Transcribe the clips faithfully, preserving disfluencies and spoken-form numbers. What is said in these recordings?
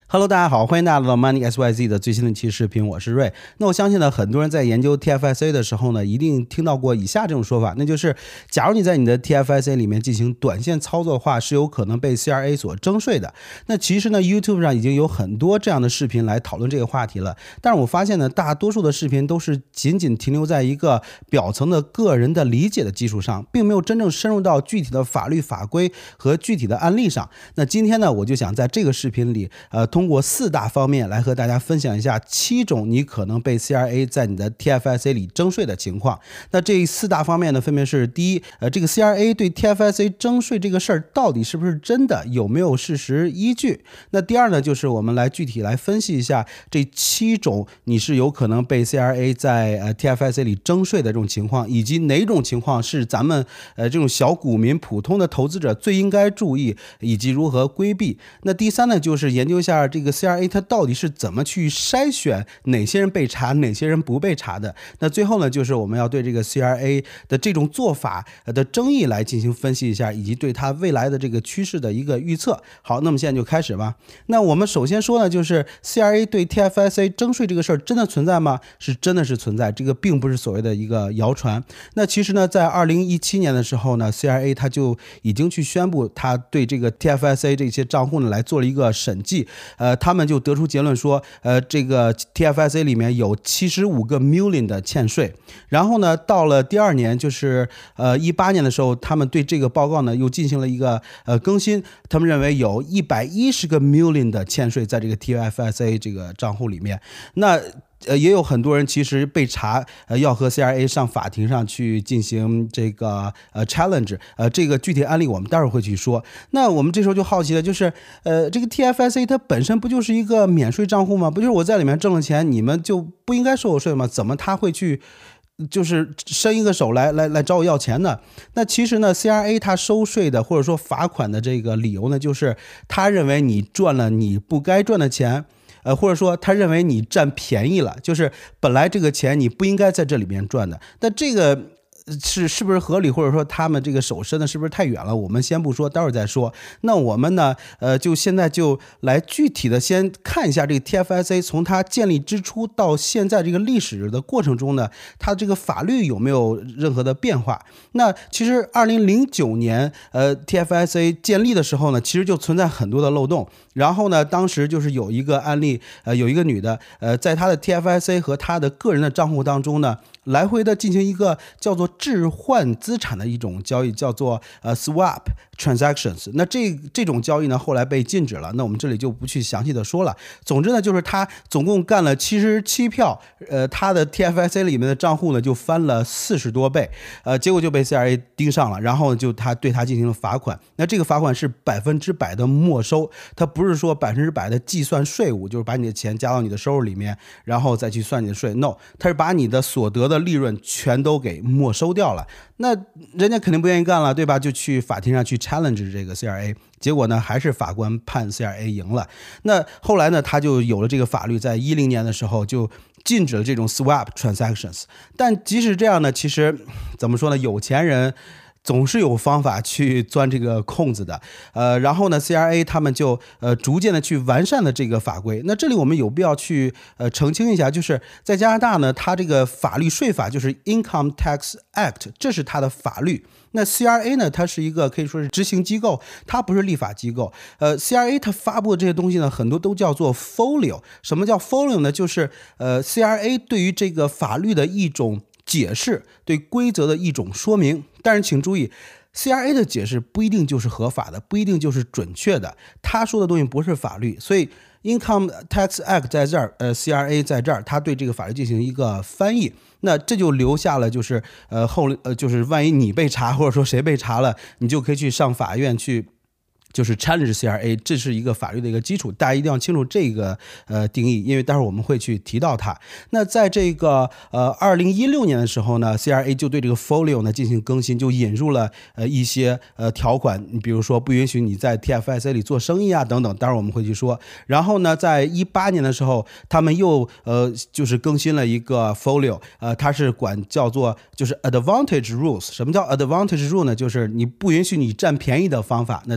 Hello， 大家好，欢迎大家来到 Money X Y Z 的最新的一期视频，我是瑞。那我相信呢，很多人在研究 T F S A 的时候呢，一定听到过以下这种说法，那就是假如你在你的 T F S A 里面进行短线操作的话，是有可能被 C R A 所征税的。那其实呢 YouTube 上已经有很多这样的视频来讨论这个话题了，但是我发现呢，大多数的视频都是仅仅停留在一个表层的个人的理解的基础上，并没有真正深入到具体的法律法规和具体的案例上。那今天呢，我就想在这个视频里呃通过四大方面来和大家分享一下七种你可能被 C R A 在你的 T F S A 里征税的情况。那这四大方面呢，分别是第一，呃，这个 C R A 对 T F S A 征税这个事儿到底是不是真的，有没有事实依据？那第二呢，就是我们来具体来分析一下这七种你是有可能被 C R A 在呃 T F S A 里征税的这种情况，以及哪种情况是咱们呃这种小股民、普通的投资者最应该注意，以及如何规避。那第三呢，就是研究一下这个 C R A 它到底是怎么去筛选哪些人被查，哪些人不被查的。那最后呢，就是我们要对这个 C R A 的这种做法的争议来进行分析一下，以及对它未来的这个趋势的一个预测。好，那么现在就开始吧。那我们首先说呢，就是 C R A 对 T F S A 征税这个事儿真的存在吗？是真的是存在，这个并不是所谓的一个谣传。那其实呢，在二零一七年的时候呢 ，C R A 它就已经去宣布，它对这个 T F S A 这些账户呢来做了一个审计，呃，他们就得出结论说，呃，这个 T F S A 里面有七十五个 million 的欠税。然后呢，到了第二年，就是呃一八年的时候，他们对这个报告呢又进行了一个呃更新，他们认为有一百一十个 million 的欠税在这个 T F S A 这个账户里面。那呃，也有很多人其实被查，呃，要和 C R A 上法庭上去进行这个呃 challenge， 呃，这个具体案例我们待会儿会去说。那我们这时候就好奇了，就是呃，这个 T F S A 它本身不就是一个免税账户吗？不就是我在里面挣了钱，你们就不应该收我税吗？怎么他会去就是伸一个手来来来找我要钱呢？那其实呢 ，C R A 他收税的或者说罚款的这个理由呢，就是他认为你赚了你不该赚的钱。呃，或者说他认为你占便宜了，就是本来这个钱你不应该在这里面赚的，但这个是是不是合理，或者说他们这个手伸的是不是太远了？我们先不说，待会儿再说。那我们呢，呃，就现在就来具体的先看一下这个 T F S A 从它建立之初到现在这个历史的过程中呢，它这个法律有没有任何的变化？那其实二零零九年，呃 ，T F S A 建立的时候呢，其实就存在很多的漏洞。然后呢，当时就是有一个案例，呃，有一个女的，呃，在她的 T F S A 和她的个人的账户当中呢，来回的进行一个叫做置换资产的一种交易，叫做呃 swap transactions。那这这种交易呢，后来被禁止了。那我们这里就不去详细的说了。总之呢，就是他总共干了七十七票，呃，他的 T F S A 里面的账户呢就翻了四十多倍，呃，结果就被 C R A 盯上了，然后就他对他进行了罚款。那这个罚款是百分之百的没收，他不是说百分之百的计算税务，就是把你的钱加到你的收入里面，然后再去算你的税。No， 他是把你的所得的利润全都给没收掉了。那人家肯定不愿意干了，对吧？就去法庭上去 challenge 这个 C R A， 结果呢，还是法官判 C R A 赢了。那后来呢，他就有了这个法律，在一零年的时候就禁止了这种 swap transactions。但即使这样呢，其实怎么说呢？有钱人总是有方法去钻这个空子的，呃，然后呢 ，C R A 他们就呃逐渐的去完善了这个法规。那这里我们有必要去呃澄清一下，就是在加拿大呢，它这个法律税法就是 Income Tax Act， 这是它的法律。那 C R A 呢，它是一个可以说是执行机构，它不是立法机构。呃 ，C R A 它发布的这些东西呢，很多都叫做 folio。什么叫 folio 呢？就是呃 C R A 对于这个法律的一种解释，对规则的一种说明。但是请注意 ，C R A 的解释不一定就是合法的，不一定就是准确的。他说的东西不是法律，所以 Income Tax Act 在这儿，呃 ，C R A 在这儿，他对这个法律进行一个翻译。那这就留下了，就是呃后呃就是万一你被查，或者说谁被查了，你就可以去上法院去。就是 challenge C R A， 这是一个法律的一个基础，大家一定要清楚这个呃定义，因为待会儿我们会去提到它。那在这个呃二零一六年的时候呢 ，C R A 就对这个 folio 呢进行更新，就引入了呃一些呃条款，比如说不允许你在 T F S A 里做生意啊等等，待会儿我们会去说。然后呢，在一八年的时候，他们又呃就是更新了一个 folio， 呃它是管叫做就是 advantage rules。什么叫 advantage rule 呢？就是你不允许你占便宜的方法。那待会儿我们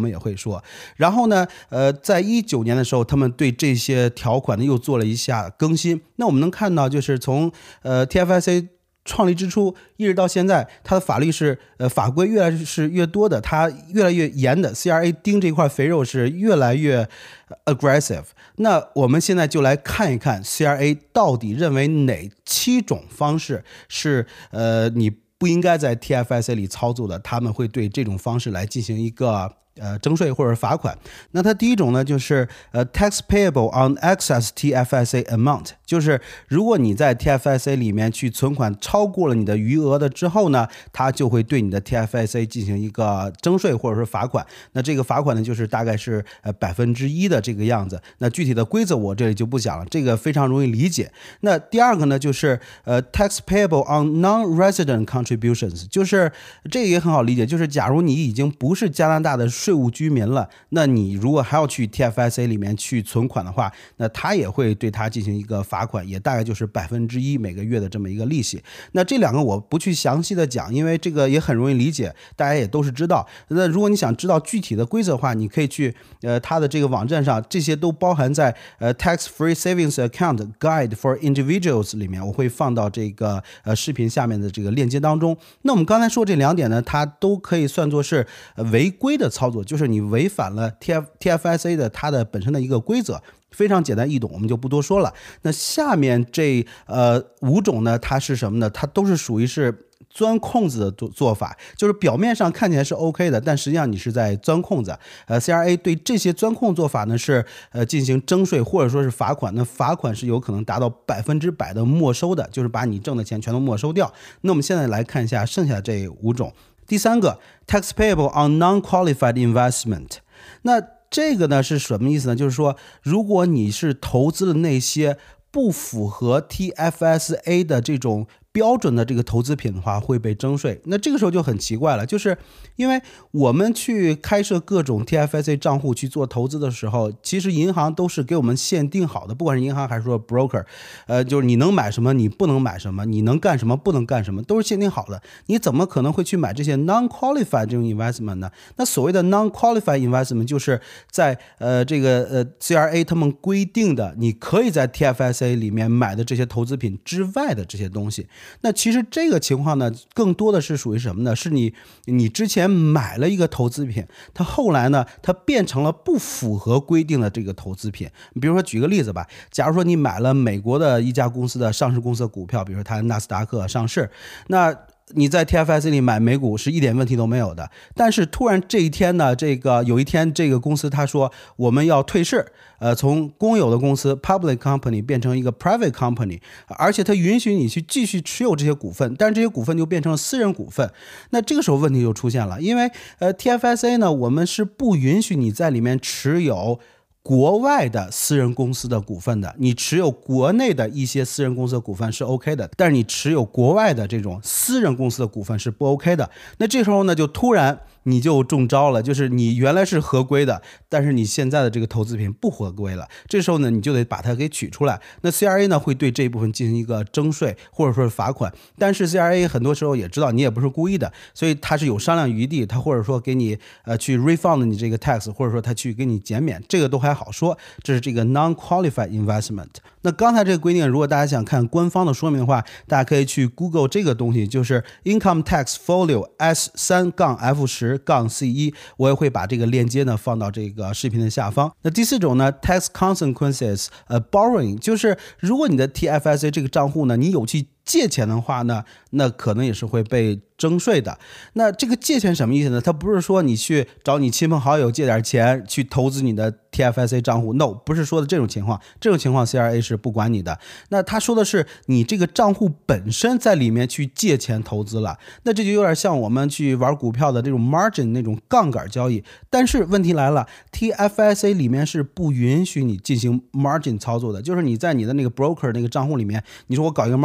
们也会说。然后呢，呃，在一九年的时候，他们对这些条款呢又做了一下更新。那我们能看到，就是从呃 T F S A创立之初一直到现在，它的法律是呃法规越来是越多的，它越来越严的 ，C R A 盯这块肥肉是越来越 aggressive。那我们现在就来看一看 C R A 到底认为哪七种方式是呃你不应该在 T F S A 里操作的，他们会对这种方式来进行一个呃征税或者罚款。那它第一种呢，就是呃 tax payable on excess T F S A amount， 就是如果你在 T F S A 里面去存款超过了你的余额的之后呢，它就会对你的 T F S A 进行一个征税或者是罚款。那这个罚款呢，就是大概是呃百分之一的这个样子。那具体的规则我这里就不讲了，这个非常容易理解。那第二个呢，就是呃 tax payable on non-resident contributions， 就是这个也很好理解，就是假如你已经不是加拿大的税务居民了，那你如果还要去 T F S A 里面去存款的话，那他也会对他进行一个罚款，也大概就是百分之一每个月的这么一个利息。那这两个我不去详细的讲，因为这个也很容易理解，大家也都是知道。那如果你想知道具体的规则的话，你可以去呃他的这个网站上，这些都包含在呃 Tax Free Savings Account Guide for Individuals 里面，我会放到这个呃视频下面的这个链接当中。那我们刚才说这两点呢，它都可以算作是违规的操作，就是你违反了 T F T F S A 的它的本身的一个规则，非常简单易懂，我们就不多说了。那下面这呃五种呢，它是什么呢？它都是属于是钻空子的做做法，就是表面上看起来是 OK 的，但实际上你是在钻空子。呃 C R A 对这些钻空做法呢是呃进行征税或者说是罚款，那罚款是有可能达到百分之百的没收的，就是把你挣的钱全都没收掉。那我们现在来看一下剩下这五种。第三个 tax payable on non-qualified investment， 那这个呢是什么意思呢？就是说如果你是投资的那些不符合 T F S A 的这种标准的这个投资品的话，会被征税。那这个时候就很奇怪了，就是因为我们去开设各种 T F S A 账户去做投资的时候，其实银行都是给我们限定好的，不管是银行还是说 broker， 呃，就是你能买什么，你不能买什么，你能干什么，不能干什么，都是限定好的。你怎么可能会去买这些 non-qualified 这种 investment 呢？那所谓的 non-qualified investment 就是在呃这个呃 C R A 他们规定的，你可以在 T F S A 里面买的这些投资品之外的这些东西。那其实这个情况呢，更多的是属于什么呢？是你你之前买了一个投资品，它后来呢，它变成了不符合规定的这个投资品。比如说举个例子吧，假如说你买了美国的一家公司的上市公司的股票，比如说它纳斯达克上市，那你在 T F S A 里买美股是一点问题都没有的，但是突然这一天呢，这个有一天这个公司他说我们要退市，呃，从公有的公司 public company 变成一个 private company， 而且它允许你去继续持有这些股份，但是这些股份就变成了私人股份。那这个时候问题就出现了，因为呃 T F S A 呢，我们是不允许你在里面持有国外的私人公司的股份的，你持有国内的一些私人公司的股份是 OK 的，但是你持有国外的这种私人公司的股份是不 OK 的。那这时候呢，就突然你就中招了，就是你原来是合规的，但是你现在的这个投资品不合规了，这时候呢，你就得把它给取出来。那 C R A 呢会对这一部分进行一个征税或者说是罚款，但是 C R A 很多时候也知道你也不是故意的，所以它是有商量余地，它或者说给你呃去 refund 你这个 tax， 或者说它去给你减免，这个都还好说。这是这个 non-qualified investment。那刚才这个规定，如果大家想看官方的说明的话，大家可以去 Google 这个东西，就是 Income Tax Folio S 三 F 十 C 一，我也会把这个链接呢放到这个视频的下方。那第四种呢 ，Tax Consequences 呃 Borrowing， 就是如果你的 T F S A 这个账户呢，你有去借钱的话呢，那可能也是会被征税的。那这个借钱什么意思呢？它不是说你去找你亲朋好友借点钱去投资你的 T F S A 账户 ，no， 不是说的这种情况，这种情况 C R A 是不管你的。那他说的是你这个账户本身在里面去借钱投资了，那这就有点像我们去玩股票的这种 margin 那种杠杆交易。但是问题来了 ，T F S A 里面是不允许你进行 margin 操作的，就是你在你的那个 broker 那个账户里面，你说我搞一个 margin 嘛，不可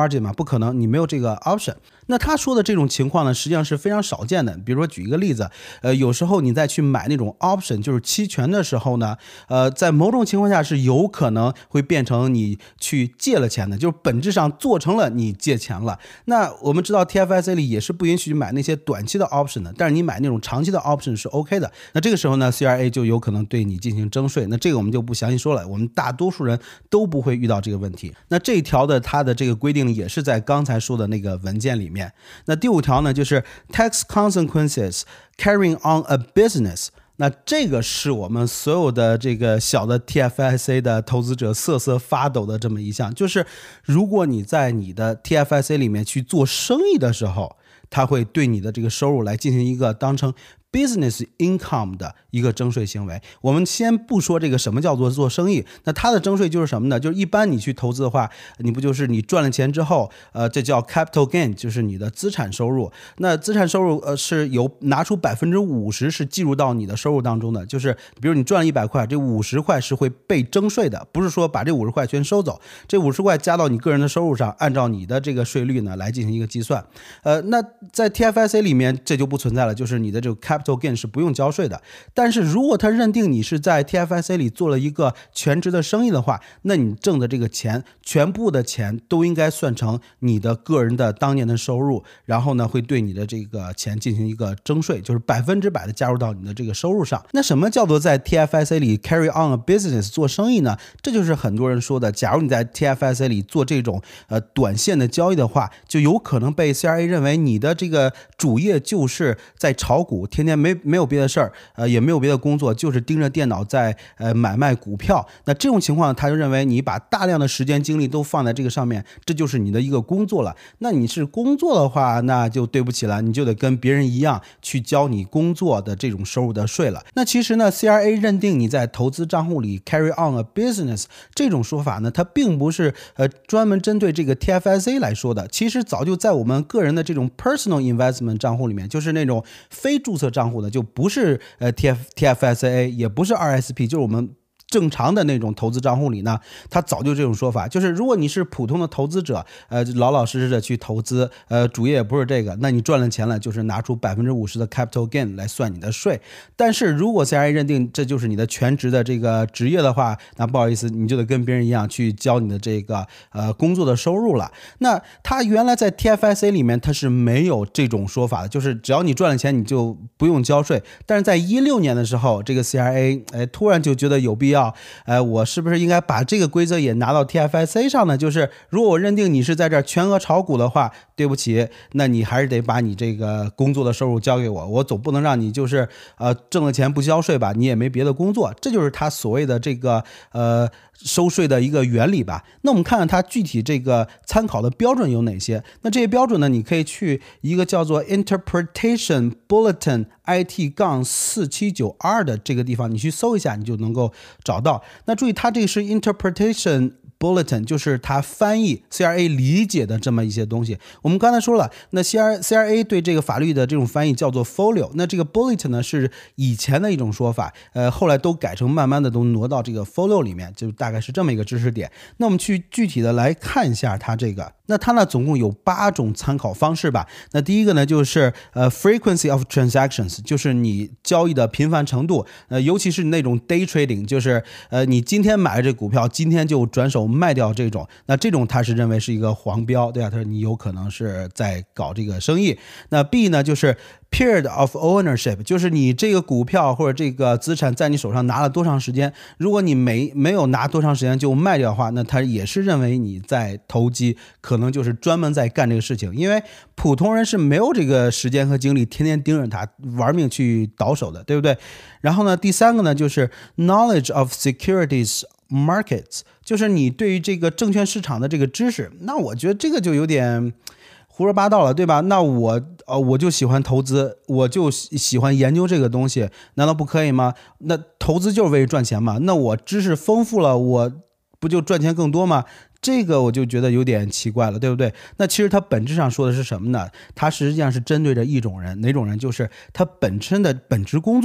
可能你没有这个 option。那他说的这种情况呢，实际上是非常少见的。比如说举一个例子，呃，有时候你再去买那种 option， 就是期权的时候呢，呃，在某种情况下是有可能会变成你去借了钱的，就是本质上做成了你借钱了。那我们知道 T F S A 里也是不允许买那些短期的 option 的，但是你买那种长期的 option 是 OK 的。那这个时候呢 ，C R A 就有可能对你进行征税。那这个我们就不详细说了，我们大多数人都不会遇到这个问题。那这一条的它的这个规定也是在刚才说的那个文件里面。那第五条呢，就是 tax consequences carrying on a business。那这个是我们所有的这个小的 T F S A 的投资者瑟瑟发抖的这么一项，就是如果你在你的 T F S A 里面去做生意的时候，它会对你的这个收入来进行一个当成business income 的一个征税行为。我们先不说这个什么叫做做生意，那它的征税就是什么呢？就是一般你去投资的话，你不就是你赚了钱之后，呃，这叫 capital gain， 就是你的资产收入。那资产收入呃是由拿出百分之五十是计入到你的收入当中的，就是比如你赚了一百块，这五十块是会被征税的，不是说把这五十块全收走，这五十块加到你个人的收入上，按照你的这个税率呢来进行一个计算。呃，那在 T F S A 里面这就不存在了，就是你的这个 capital gain 是不用交税的。但是如果他认定你是在 T F S A 里做了一个全职的生意的话，那你挣的这个钱，全部的钱都应该算成你的个人的当年的收入，然后呢会对你的这个钱进行一个征税，就是百分之百的加入到你的这个收入上。那什么叫做在 T F S A 里 carry on a business 做生意呢？这就是很多人说的，假如你在 T F S A 里做这种呃短线的交易的话，就有可能被 C R A 认为你的这个主业就是在炒股，天天没没有别的事儿，呃，也没有别的工作，就是盯着电脑在呃买卖股票。那这种情况，他就认为你把大量的时间精力都放在这个上面，这就是你的一个工作了。那你是工作的话，那就对不起了，你就得跟别人一样去交你工作的这种收入的税了。那其实呢 ，C R A 认定你在投资账户里 carry on a business 这种说法呢，它并不是呃专门针对这个 T F S A 来说的。其实早就在我们个人的这种 personal investment 账户里面，就是那种非注册账户的，就不是呃 T F T F S A， 也不是 R S P， 就是我们正常的那种投资账户里呢，它早就这种说法，就是如果你是普通的投资者，呃，老老实实的去投资，呃，主业也不是这个，那你赚了钱了，就是拿出百分之五十的 capital gain 来算你的税。但是如果 C R A 认定这就是你的全职的这个职业的话，那不好意思，你就得跟别人一样去交你的这个呃工作的收入了。那他原来在 T F S A 里面他是没有这种说法的，就是只要你赚了钱你就不用交税。但是在一六年的时候，这个 C R A 哎突然就觉得有必要。呃，我是不是应该把这个规则也拿到 T F S A 上呢？就是如果我认定你是在这儿全额炒股的话，对不起，那你还是得把你这个工作的收入交给我，我总不能让你就是呃挣了钱不交税吧，你也没别的工作。这就是他所谓的这个呃收税的一个原理吧。那我们看看它具体这个参考的标准有哪些。那这些标准呢，你可以去一个叫做 Interpretation Bulletin I T 四七九二 的这个地方，你去搜一下，你就能够找到。那注意，它这个是 Interpretation Bulletin， 就是它翻译 C R A 理解的这么一些东西。我们刚才说了，那 C R C R A 对这个法律的这种翻译叫做 Folio， 那这个 Bulletin 呢是以前的一种说法，呃，后来都改成慢慢的都挪到这个 Folio 里面，就大概是这么一个知识点。那我们去具体的来看一下它这个。那它呢总共有八种参考方式吧。那第一个呢就是呃 frequency of transactions， 就是你交易的频繁程度，呃尤其是那种 day trading， 就是呃你今天买了这股票，今天就转手卖掉这种，那这种他是认为是一个黄标，对吧？他说你有可能是在搞这个生意。那 B 呢就是 period of ownership， 就是你这个股票或者这个资产在你手上拿了多长时间，如果你没没有拿多长时间就卖掉的话，那他也是认为你在投机，可能就是专门在干这个事情，因为普通人是没有这个时间和精力天天盯着它玩命去倒手的，对不对？然后呢，第三个呢就是 knowledge of securities markets， 就是你对于这个证券市场的这个知识。那我觉得这个就有点胡说八道了，对吧？那我呃我就喜欢投资，我就喜欢研究这个东西，难道不可以吗？那投资就是为了赚钱嘛，那我知识丰富了，我不就赚钱更多吗？这个我就觉得有点奇怪了，对不对？那其实它本质上说的是什么呢？它实际上是针对着一种人，哪种人？就是他本身的本职工作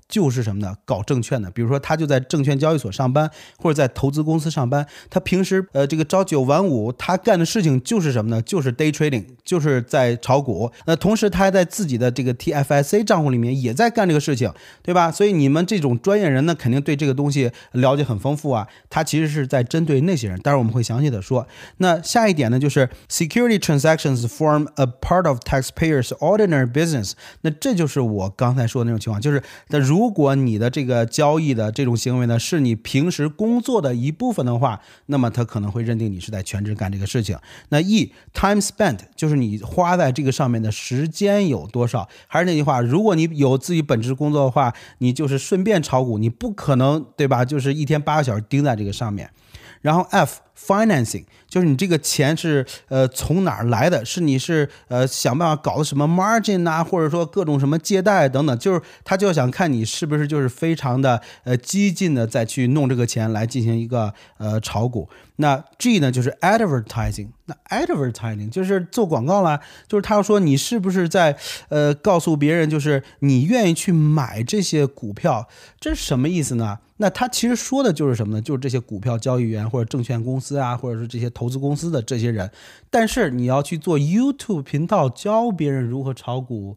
就是什么呢？搞证券的，比如说他就在证券交易所上班，或者在投资公司上班，他平时呃这个朝九晚五，他干的事情就是什么呢？就是 day trading， 就是在炒股。那同时他还在自己的这个 T F S A 账户里面也在干这个事情，对吧？所以你们这种专业人呢，肯定对这个东西了解很丰富啊。他其实是在针对那些人，当然我们会详细的说。那下一点呢，就是 security transactions form a part of taxpayers' ordinary business。那这就是我刚才说的那种情况，就是那如果你的这个交易的这种行为呢，是你平时工作的一部分的话，那么他可能会认定你是在全职干这个事情。那 E time spent 就是你花在这个上面的时间有多少。还是那句话，如果你有自己本职工作的话，你就是顺便炒股，你不可能对吧？就是一天八个小时盯在这个上面。然后 F financing 就是你这个钱是呃从哪儿来的，是你是呃想办法搞的什么 margin 啊，或者说各种什么借贷等等，就是他就想看你是不是就是非常的呃激进的再去弄这个钱来进行一个呃炒股。那 G 呢就是 advertising， 那 advertising 就是做广告啦，就是他要说你是不是在呃告诉别人就是你愿意去买这些股票，这是什么意思呢？那他其实说的就是什么呢？就是这些股票交易员或者证券公司啊，或者是这些投资公司的这些人。但是你要去做 YouTube 频道教别人如何炒股，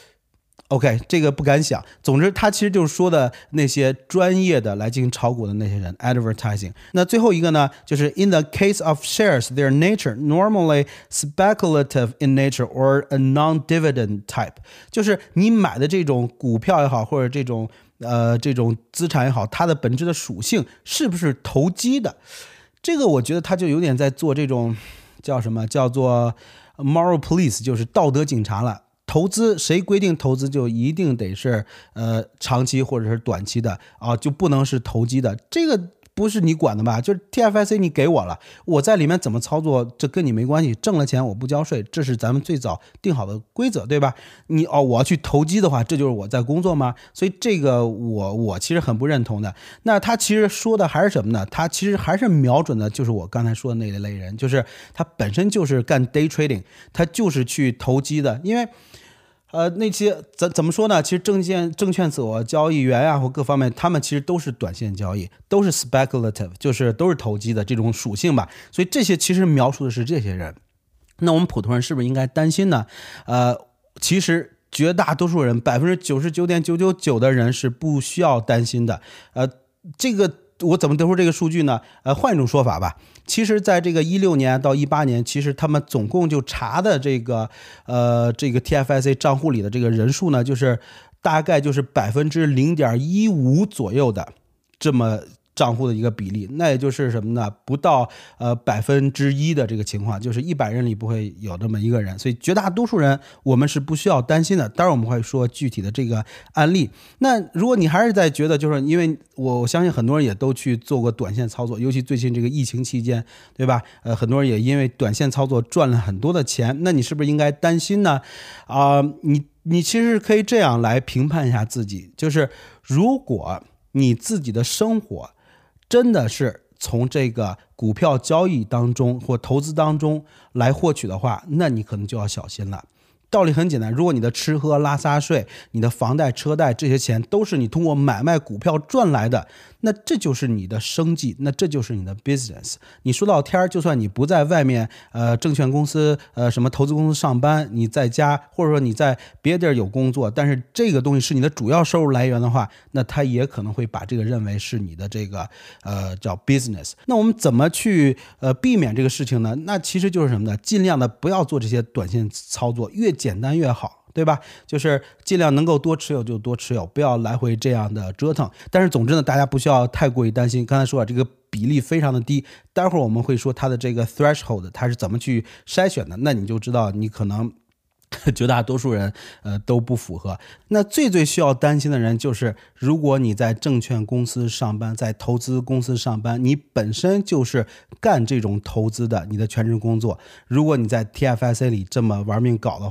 OK 这个不敢想。总之他其实就是说的那些专业的来进行炒股的那些人 advertising。 那最后一个呢，就是 in the case of shares their nature normally speculative in nature or a non-dividend type， 就是你买的这种股票也好，或者这种呃，这种资产也好，它的本质的属性是不是投机的？这个我觉得他就有点在做这种叫什么，叫做 moral police， 就是道德警察了。投资谁规定投资就一定得是呃长期或者是短期的啊，就不能是投机的？这个不是你管的吧？就是 T F S A 你给我了，我在里面怎么操作，这跟你没关系。挣了钱我不交税，这是咱们最早定好的规则，对吧？你哦，我要去投机的话，这就是我在工作吗？所以这个我我其实很不认同的。那他其实说的还是什么呢？他其实还是瞄准的就是我刚才说的那一类人，就是他本身就是干 day trading， 他就是去投机的。因为呃，那些怎怎么说呢？其实证券证券所交易员啊，或各方面，他们其实都是短线交易，都是 speculative， 就是都是投机的这种属性吧。所以这些其实描述的是这些人。那我们普通人是不是应该担心呢？呃，其实绝大多数人，百分之九十九点九九九的人是不需要担心的。呃，这个。我怎么得出这个数据呢？呃，换一种说法吧，其实在这个一六年到一八年，其实他们总共就查的这个呃这个 T F S A 账户里的这个人数呢，就是大概就是百分之零点一五左右的这么账户的一个比例，那也就是什么呢？不到呃百分之一的这个情况，就是一百人里不会有这么一个人，所以绝大多数人我们是不需要担心的。当然我们会说具体的这个案例。那如果你还是在觉得，就是因为我相信很多人也都去做过短线操作，尤其最近这个疫情期间，对吧？呃，很多人也因为短线操作赚了很多的钱，那你是不是应该担心呢？啊、呃，你你其实可以这样来评判一下自己，就是如果你自己的生活真的是从这个股票交易当中或投资当中来获取的话，那你可能就要小心了。道理很简单，如果你的吃喝拉撒睡，你的房贷车贷这些钱都是你通过买卖股票赚来的，那这就是你的生计，那这就是你的 business。 你说到天儿，就算你不在外面呃证券公司呃什么投资公司上班，你在家或者说你在别地儿有工作，但是这个东西是你的主要收入来源的话，那他也可能会把这个认为是你的这个呃叫 business。 那我们怎么去呃避免这个事情呢？那其实就是什么呢？尽量的不要做这些短线操作，越简单越好，对吧？就是尽量能够多持有就多持有，不要来回这样的折腾。但是总之呢，大家不需要太过于担心。刚才说了，这个比例非常的低，待会儿我们会说它的这个 threshold 它是怎么去筛选的，那你就知道你可能绝大多数人呃都不符合。那最最需要担心的人就是，如果你在证券公司上班，在投资公司上班，你本身就是干这种投资的，你的全职工作，如果你在 T F S A 里这么玩命搞的话，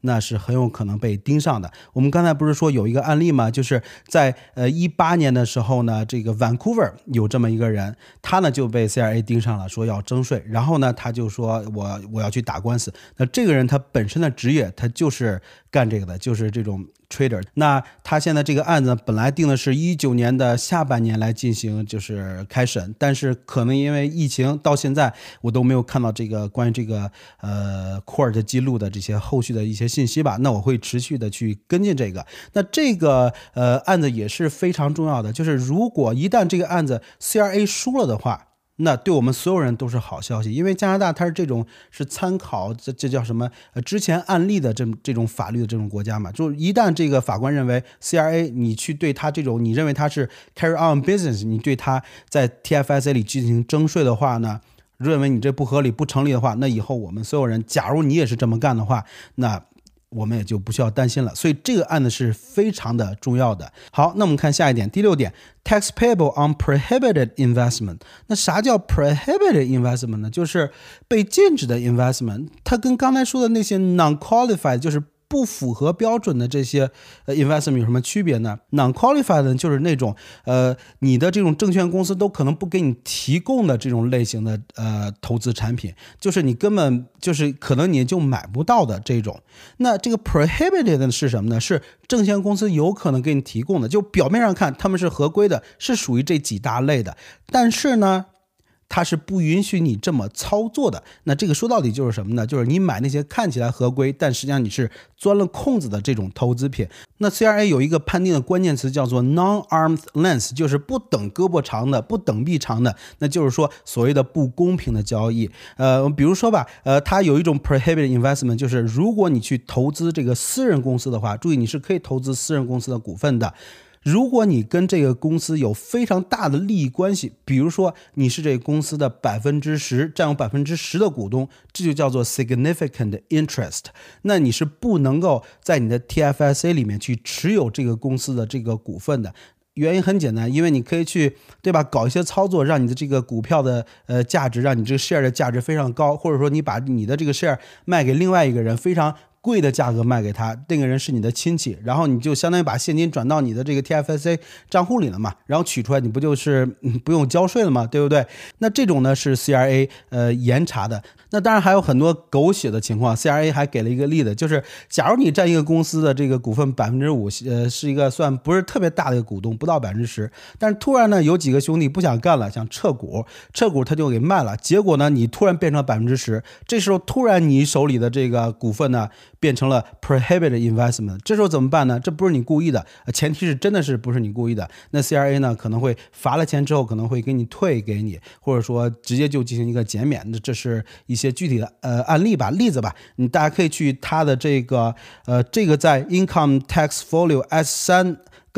那是很有可能被盯上的。我们刚才不是说有一个案例吗？就是在呃一八年的时候呢，这个 Vancouver 有这么一个人，他呢就被 C R A 盯上了，说要征税，然后呢他就说我我要去打官司。那这个人他本身的职业他就是干这个的，就是这种trader。 那他现在这个案子本来定的是一九年的下半年来进行就是开审，但是可能因为疫情到现在我都没有看到这个关于这个呃 court 记录的这些后续的一些信息吧，那我会持续的去跟进这个。那这个呃案子也是非常重要的，就是如果一旦这个案子 C R A 输了的话，那对我们所有人都是好消息，因为加拿大它是这种是参考这这叫什么呃之前案例的这这种法律的这种国家嘛，就一旦这个法官认为 C R A 你去对他这种你认为他是 carry on business， 你对他在 T F S A 里进行征税的话呢，认为你这不合理不成立的话，那以后我们所有人假如你也是这么干的话，那我们也就不需要担心了。所以这个案子是非常的重要的。好，那我们看下一点，第六点 tax payable on prohibited investment。 那啥叫 prohibited investment 呢？就是被禁止的 investment。 它跟刚才说的那些 non-qualified 就是不符合标准的这些呃 investment 有什么区别呢？ non-qualified 呢就是那种呃你的这种证券公司都可能不给你提供的这种类型的呃投资产品，就是你根本就是可能你就买不到的这种。那这个 prohibited 是什么呢？是证券公司有可能给你提供的，就表面上看他们是合规的，是属于这几大类的，但是呢它是不允许你这么操作的。那这个说到底就是什么呢？就是你买那些看起来合规但实际上你是钻了空子的这种投资品。那 C R A 有一个判定的关键词叫做 non-arm's length， 就是不等胳膊长的，不等臂长的，那就是说所谓的不公平的交易。呃，比如说吧，呃，它有一种 prohibited investment， 就是如果你去投资这个私人公司的话，注意你是可以投资私人公司的股份的。如果你跟这个公司有非常大的利益关系，比如说你是这个公司的百分之十，占有百分之十的股东，这就叫做 significant interest。那你是不能够在你的 T F S A 里面去持有这个公司的这个股份的。原因很简单，因为你可以去对吧，搞一些操作，让你的这个股票的呃价值，让你这个 share 的价值非常高，或者说你把你的这个 share 卖给另外一个人，非常贵的价格卖给他，那个人是你的亲戚，然后你就相当于把现金转到你的这个 T F S A 账户里了嘛，然后取出来你不就是、嗯、不用交税了嘛，对不对？那这种呢是 C R A 呃严查的。那当然还有很多狗血的情况， C R A 还给了一个例子，就是假如你占一个公司的这个股份百分之五，呃，是一个算不是特别大的一个股东，不到百分之十，但是突然呢有几个兄弟不想干了，想撤股，撤股他就给卖了，结果呢你突然变成百分之十，这时候突然你手里的这个股份呢变成了 prohibited investment， 这时候怎么办呢？这不是你故意的，前提是真的是不是你故意的，那 C R A 呢可能会罚了钱之后可能会给你退给你，或者说直接就进行一个减免。这是一些具体的呃案例吧，例子吧，你大家可以去它的这个呃这个在 Income Tax Folio S 三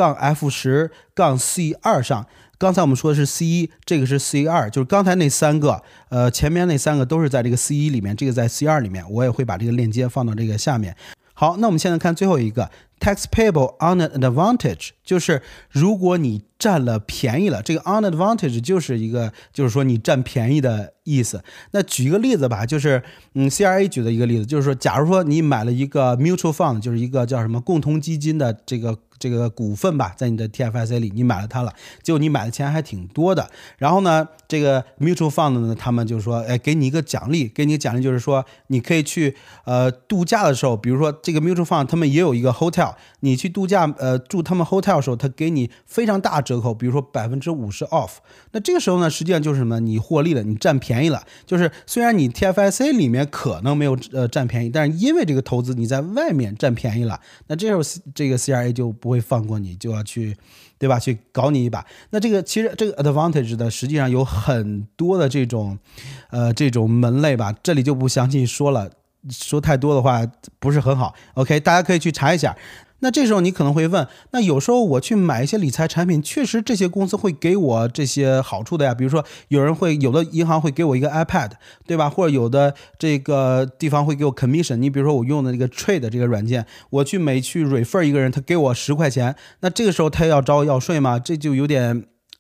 F 十 C 二 上。刚才我们说的是 C 一， 这个是 C 二， 就是刚才那三个呃前面那三个都是在这个 C 一 里面，这个在 C 二 里面，我也会把这个链接放到这个下面。好，那我们现在看最后一个 tax payable on an advantage， 就是如果你占了便宜了，这个 on advantage 就是一个就是说你占便宜的意思。那举一个例子吧，就是嗯 C R A 举的一个例子，就是说假如说你买了一个 mutual fund， 就是一个叫什么共同基金的这个这个股份吧，在你的 T F S A 里你买了它了，结果你买的钱还挺多的，然后呢这个 mutual fund 呢他们就说哎给你一个奖励，给你奖励就是说你可以去呃度假的时候，比如说这个 mutual fund 他们也有一个 hotel， 你去度假呃住他们 hotel 的时候，他给你非常大折扣，比如说 百分之五十 off。 那这个时候呢实际上就是什么，你获利了，你占便宜了，就是虽然你 T F S A 里面可能没有呃占便宜，但是因为这个投资你在外面占便宜了，那这时候这个 C R A 就不会放过你，就要去对吧去搞你一把。那这个其实这个 advantage 的实际上有很多的这种呃这种门类吧，这里就不详细说了，说太多的话不是很好。 OK， 大家可以去查一下。那这时候你可能会问，那有时候我去买一些理财产品，确实这些公司会给我这些好处的呀，比如说有人会有的银行会给我一个 iPad， 对吧？或者有的这个地方会给我 commission， 你比如说我用的这个 Trade 这个软件，我去每去 refer 一个人，他给我十块钱，那这个时候他要找我要税吗？这就有点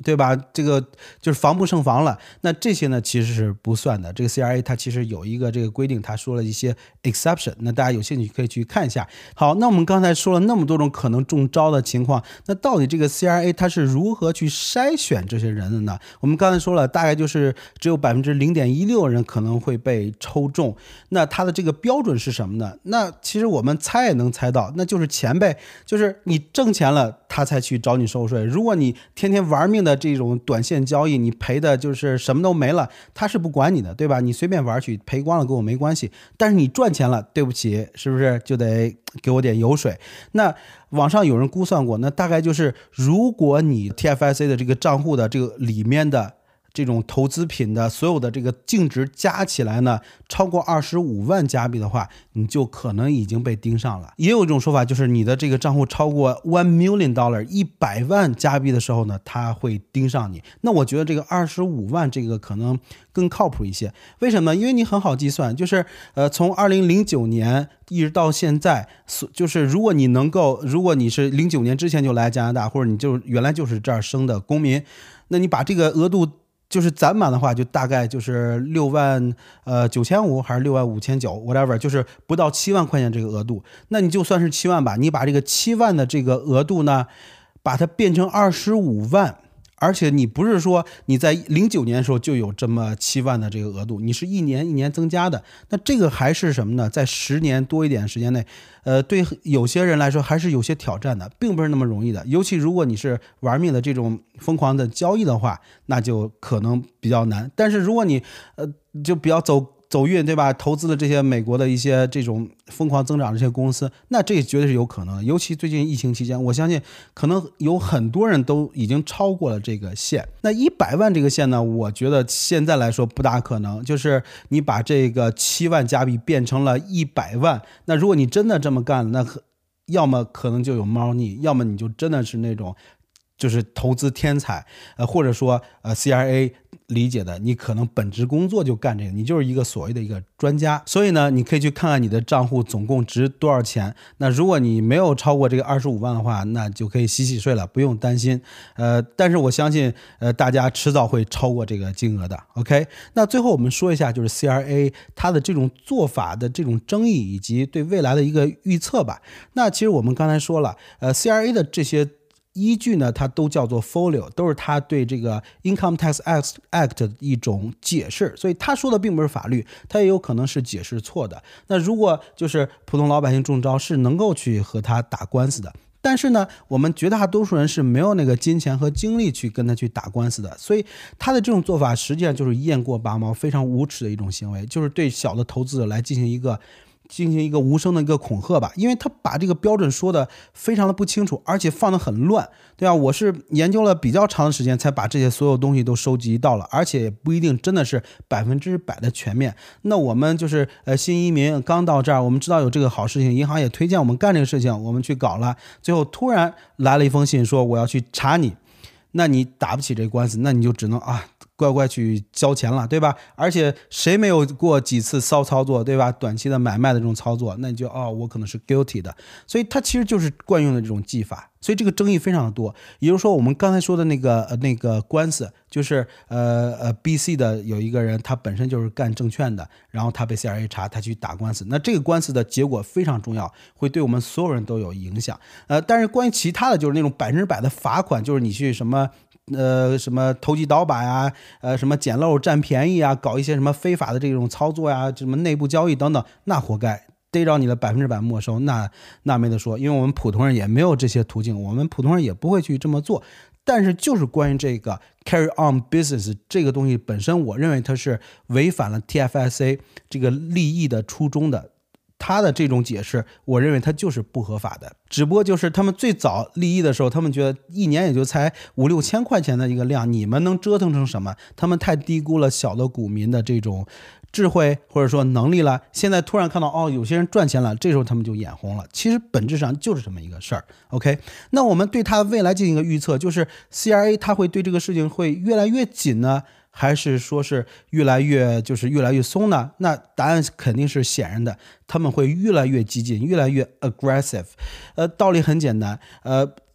对吧？这个就是防不胜防了。那这些呢，其实是不算的。这个 C R A 它其实有一个这个规定，它说了一些 exception。那大家有兴趣可以去看一下。好，那我们刚才说了那么多种可能中招的情况，那到底这个 C R A 它是如何去筛选这些人的呢？我们刚才说了，大概就是只有百分之零点一六人可能会被抽中。那它的这个标准是什么呢？那其实我们猜也能猜到，那就是钱呗，就是你挣钱了，他才去找你收税。如果你天天玩命的这种短线交易，你赔的就是什么都没了，他是不管你的，对吧？你随便玩去，赔光了跟我没关系。但是你赚钱了，对不起，是不是就得给我点油水？那网上有人估算过，那大概就是如果你 T F S A 的这个账户的这个里面的这种投资品的所有的这个净值加起来呢，超过二十五万加币的话，你就可能已经被盯上了。也有一种说法，就是你的这个账户超过 one million dollar 一百万加币的时候呢，它会盯上你。那我觉得这个二十五万这个可能更靠谱一些。为什么？因为你很好计算，就是呃从二零零九年一直到现在，就是如果你能够，如果你是零九年之前就来加拿大，或者你就原来就是这儿生的公民，那你把这个额度就是攒满的话，就大概就是六万呃九千五还是六万五千九 whatever， 就是不到七万块钱这个额度。那你就算是七万吧，你把这个七万的这个额度呢，把它变成二十五万。而且你不是说你在零九年的时候就有这么七万的这个额度，你是一年一年增加的。那这个还是什么呢？在十年多一点时间内，呃，对有些人来说还是有些挑战的，并不是那么容易的。尤其如果你是玩命的这种疯狂的交易的话，那就可能比较难。但是如果你呃就比较走走运，对吧？投资了这些美国的一些这种疯狂增长的这些公司，那这绝对是有可能的。尤其最近疫情期间，我相信可能有很多人都已经超过了这个线。那一百万这个线呢，我觉得现在来说不大可能。就是你把这个七万加币变成了一百万，那如果你真的这么干，那要么可能就有猫腻，要么你就真的是那种就是投资天才，呃，或者说呃 C R A 理解的，你可能本职工作就干这个，你就是一个所谓的一个专家。所以呢，你可以去看看你的账户总共值多少钱。那如果你没有超过这个二十五万的话，那就可以洗洗睡了，不用担心。呃，但是我相信，呃，大家迟早会超过这个金额的。OK， 那最后我们说一下，就是 C R A 它的这种做法的这种争议以及对未来的一个预测吧。那其实我们刚才说了，呃 ，C R A 的这些依据呢，它都叫做 folio， 都是他对这个 Income Tax Act 的一种解释，所以他说的并不是法律，他也有可能是解释错的。那如果就是普通老百姓中招，是能够去和他打官司的。但是呢，我们绝大多数人是没有那个金钱和精力去跟他去打官司的，所以他的这种做法实际上就是雁过拔毛，非常无耻的一种行为，就是对小的投资者来进行一个进行一个无声的一个恐吓吧。因为他把这个标准说的非常的不清楚，而且放得很乱，对吧？我是研究了比较长的时间才把这些所有东西都收集到了，而且也不一定真的是百分之百的全面。那我们就是呃新移民刚到这儿，我们知道有这个好事情，银行也推荐我们干这个事情，我们去搞了，最后突然来了一封信说我要去查你，那你打不起这官司，那你就只能啊乖乖去交钱了，对吧？而且谁没有过几次骚操作，对吧？短期的买卖的这种操作，那你就哦，我可能是 guilty 的，所以它其实就是惯用的这种技法，所以这个争议非常的多。也就是说，我们刚才说的那个呃那个官司，就是呃呃 B C 的有一个人，他本身就是干证券的，然后他被 C R A 查，他去打官司，那这个官司的结果非常重要，会对我们所有人都有影响。呃，但是关于其他的就是那种百分之百的罚款，就是你去什么。呃，什么投机倒把呀，呃，什么捡漏占便宜啊，搞一些什么非法的这种操作呀，什么内部交易等等，那活该，逮着你的百分之百没收，那那没得说，因为我们普通人也没有这些途径，我们普通人也不会去这么做。但是就是关于这个 carry on business 这个东西本身，我认为它是违反了 T F S A 这个利益的初衷的。他的这种解释，我认为他就是不合法的，只不过就是他们最早立意的时候，他们觉得一年也就才五六千块钱的一个量，你们能折腾成什么？他们太低估了小的股民的这种智慧或者说能力了。现在突然看到哦，有些人赚钱了，这时候他们就眼红了。其实本质上就是这么一个事儿。OK， 那我们对他未来进行一个预测，就是 C R A 他会对这个事情会越来越紧呢？还是说是越来越就是越来越松呢？那答案肯定是显然的，他们会越来越激进，越来越 aggressive。呃，道理很简单，呃，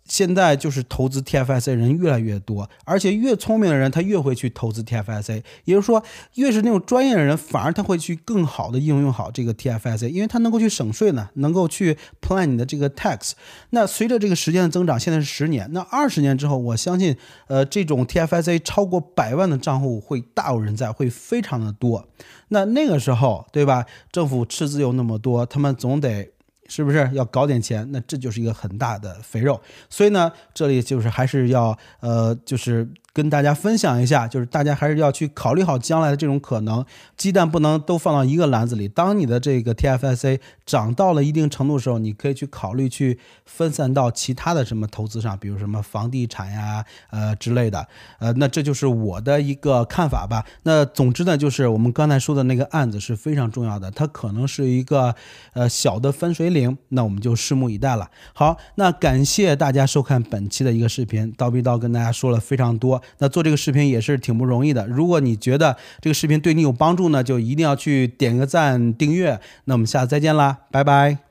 现在就是投资 T F S A 人越来越多，而且越聪明的人他越会去投资 T F S A， 也就是说越是那种专业的人反而他会去更好的应用好这个 T F S A， 因为他能够去省税呢，能够去 plan 你的这个 tax。 那随着这个时间的增长，现在是十年，那二十年之后我相信呃这种 T F S A 超过百万的账户会大有人在，会非常的多。那那个时候对吧，政府赤字又那么多，他们总得是不是要搞点钱？那这就是一个很大的肥肉。所以呢，这里就是还是要呃，就是跟大家分享一下，就是大家还是要去考虑好将来的这种可能，鸡蛋不能都放到一个篮子里。当你的这个 T F S A 涨到了一定程度的时候，你可以去考虑去分散到其他的什么投资上，比如什么房地产呀，呃之类的。呃，那这就是我的一个看法吧。那总之呢，就是我们刚才说的那个案子是非常重要的，它可能是一个呃小的分水岭。那我们就拭目以待了。好，那感谢大家收看本期的一个视频，刀逼刀跟大家说了非常多。那做这个视频也是挺不容易的，如果你觉得这个视频对你有帮助呢，就一定要去点个赞订阅。那我们下次再见啦，拜拜。